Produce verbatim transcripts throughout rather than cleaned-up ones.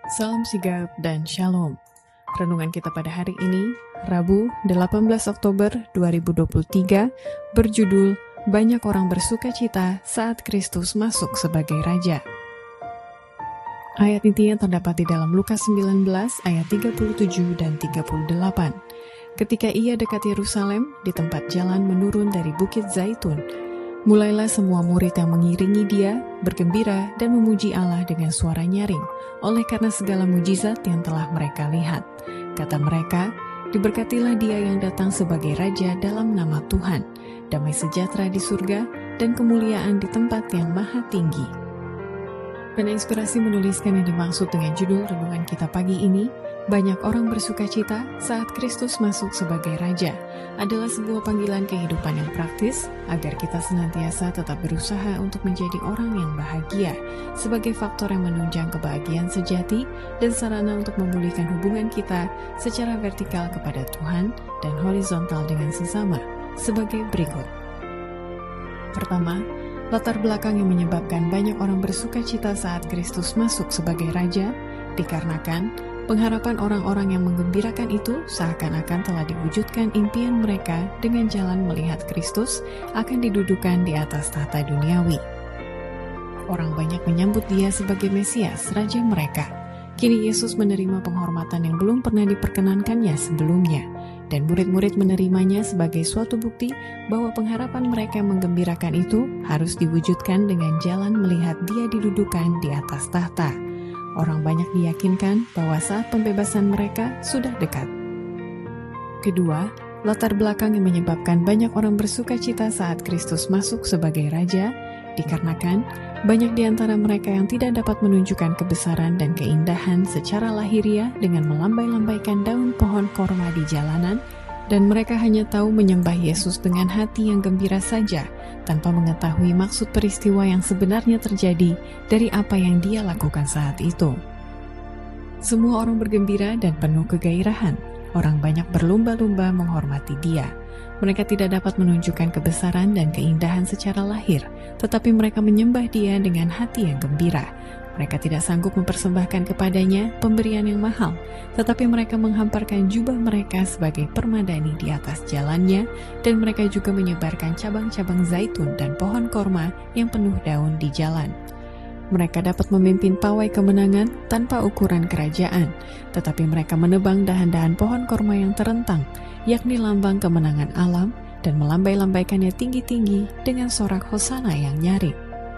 Salam sigap dan shalom. Renungan kita pada hari ini, Rabu delapan belas Oktober dua ribu dua puluh tiga, berjudul Banyak Orang Bersuka Cita Saat Kristus Masuk Sebagai Raja. Ayat intinya terdapat di dalam Lukas sembilan belas ayat tiga puluh tujuh dan tiga puluh delapan. Ketika ia dekat Yerusalem, di tempat jalan menurun dari Bukit Zaitun, mulailah semua murid yang mengiringi dia bergembira dan memuji Allah dengan suara nyaring, oleh karena segala mujizat yang telah mereka lihat. Kata mereka, diberkatilah dia yang datang sebagai Raja dalam nama Tuhan, damai sejahtera di surga dan kemuliaan di tempat yang maha tinggi. Pena Inspirasi menuliskan yang dimaksud dengan judul renungan kita pagi ini, Banyak Orang Bersuka Cita Saat Kristus Masuk Sebagai Raja, adalah sebuah panggilan kehidupan yang praktis agar kita senantiasa tetap berusaha untuk menjadi orang yang bahagia sebagai faktor yang menunjang kebahagiaan sejati dan sarana untuk memulihkan hubungan kita secara vertikal kepada Tuhan dan horizontal dengan sesama sebagai berikut. Pertama, latar belakang yang menyebabkan banyak orang bersuka cita saat Kristus masuk sebagai Raja dikarenakan pengharapan orang-orang yang menggembirakan itu seakan-akan telah diwujudkan impian mereka dengan jalan melihat Kristus akan didudukan di atas tahta duniawi. Orang banyak menyambut dia sebagai Mesias, Raja mereka. Kini Yesus menerima penghormatan yang belum pernah diperkenankannya sebelumnya, dan murid-murid menerimanya sebagai suatu bukti bahwa pengharapan mereka yang menggembirakan itu harus diwujudkan dengan jalan melihat dia didudukan di atas tahta. Orang banyak diyakinkan bahwa saat pembebasan mereka sudah dekat. Kedua, latar belakang yang menyebabkan banyak orang bersuka cita saat Kristus masuk sebagai Raja, dikarenakan banyak di antara mereka yang tidak dapat menunjukkan kebesaran dan keindahan secara lahiriah dengan melambai-lambaikan daun pohon korma di jalanan, dan mereka hanya tahu menyembah Yesus dengan hati yang gembira saja, tanpa mengetahui maksud peristiwa yang sebenarnya terjadi dari apa yang dia lakukan saat itu. Semua orang bergembira dan penuh kegairahan. Orang banyak berlumba-lumba menghormati dia. Mereka tidak dapat menunjukkan kebesaran dan keindahan secara lahir, tetapi mereka menyembah dia dengan hati yang gembira. Mereka tidak sanggup mempersembahkan kepadanya pemberian yang mahal, tetapi mereka menghamparkan jubah mereka sebagai permadani di atas jalannya, dan mereka juga menyebarkan cabang-cabang zaitun dan pohon korma yang penuh daun di jalan. Mereka dapat memimpin pawai kemenangan tanpa ukuran kerajaan, tetapi mereka menebang dahan-dahan pohon korma yang terentang, yakni lambang kemenangan alam, dan melambai-lambaikannya tinggi-tinggi dengan sorak hosana yang nyaring.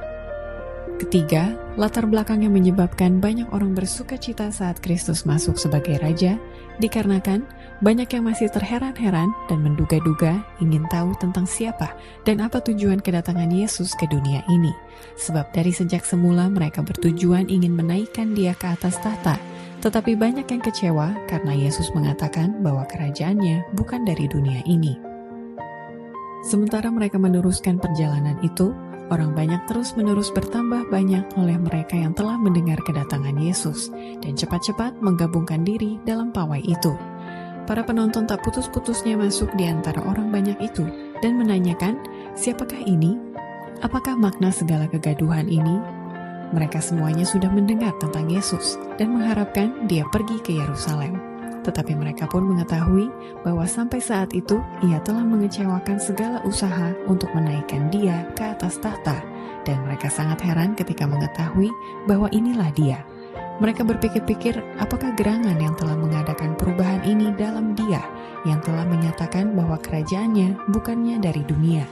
Ketiga, latar belakang yang menyebabkan banyak orang bersuka cita saat Kristus masuk sebagai Raja, dikarenakan banyak yang masih terheran-heran dan menduga-duga ingin tahu tentang siapa dan apa tujuan kedatangan Yesus ke dunia ini. Sebab dari sejak semula mereka bertujuan ingin menaikkan dia ke atas tahta, tetapi banyak yang kecewa karena Yesus mengatakan bahwa kerajaannya bukan dari dunia ini. Sementara mereka meneruskan perjalanan itu, orang banyak terus-menerus bertambah banyak oleh mereka yang telah mendengar kedatangan Yesus dan cepat-cepat menggabungkan diri dalam pawai itu. Para penonton tak putus-putusnya masuk di antara orang banyak itu dan menanyakan, siapakah ini? Apakah makna segala kegaduhan ini? Mereka semuanya sudah mendengar tentang Yesus dan mengharapkan dia pergi ke Yerusalem. Tetapi mereka pun mengetahui bahwa sampai saat itu ia telah mengecewakan segala usaha untuk menaikkan dia ke atas tahta, dan mereka sangat heran ketika mengetahui bahwa inilah dia. Mereka berpikir-pikir apakah gerangan yang telah mengadakan perubahan ini dalam dia, yang telah menyatakan bahwa kerajaannya bukannya dari dunia.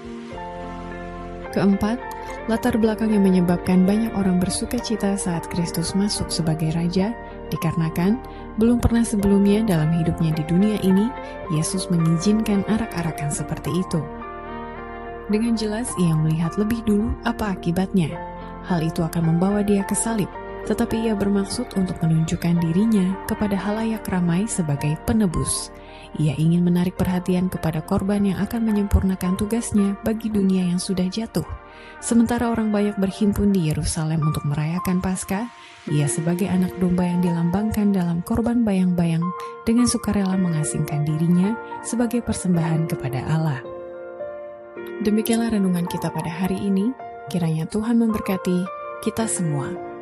Keempat, latar belakang yang menyebabkan banyak orang bersuka cita saat Kristus masuk sebagai Raja, dikarenakan belum pernah sebelumnya dalam hidupnya di dunia ini, Yesus mengizinkan arak-arakan seperti itu. Dengan jelas ia melihat lebih dulu apa akibatnya. Hal itu akan membawa dia ke salib, tetapi ia bermaksud untuk menunjukkan dirinya kepada halayak ramai sebagai penebus. Ia ingin menarik perhatian kepada korban yang akan menyempurnakan tugasnya bagi dunia yang sudah jatuh. Sementara orang banyak berhimpun di Yerusalem untuk merayakan Paskah, ia sebagai anak domba yang dilambangkan dalam korban bayang-bayang dengan sukarela mengasingkan dirinya sebagai persembahan kepada Allah. Demikianlah renungan kita pada hari ini. Kiranya Tuhan memberkati kita semua.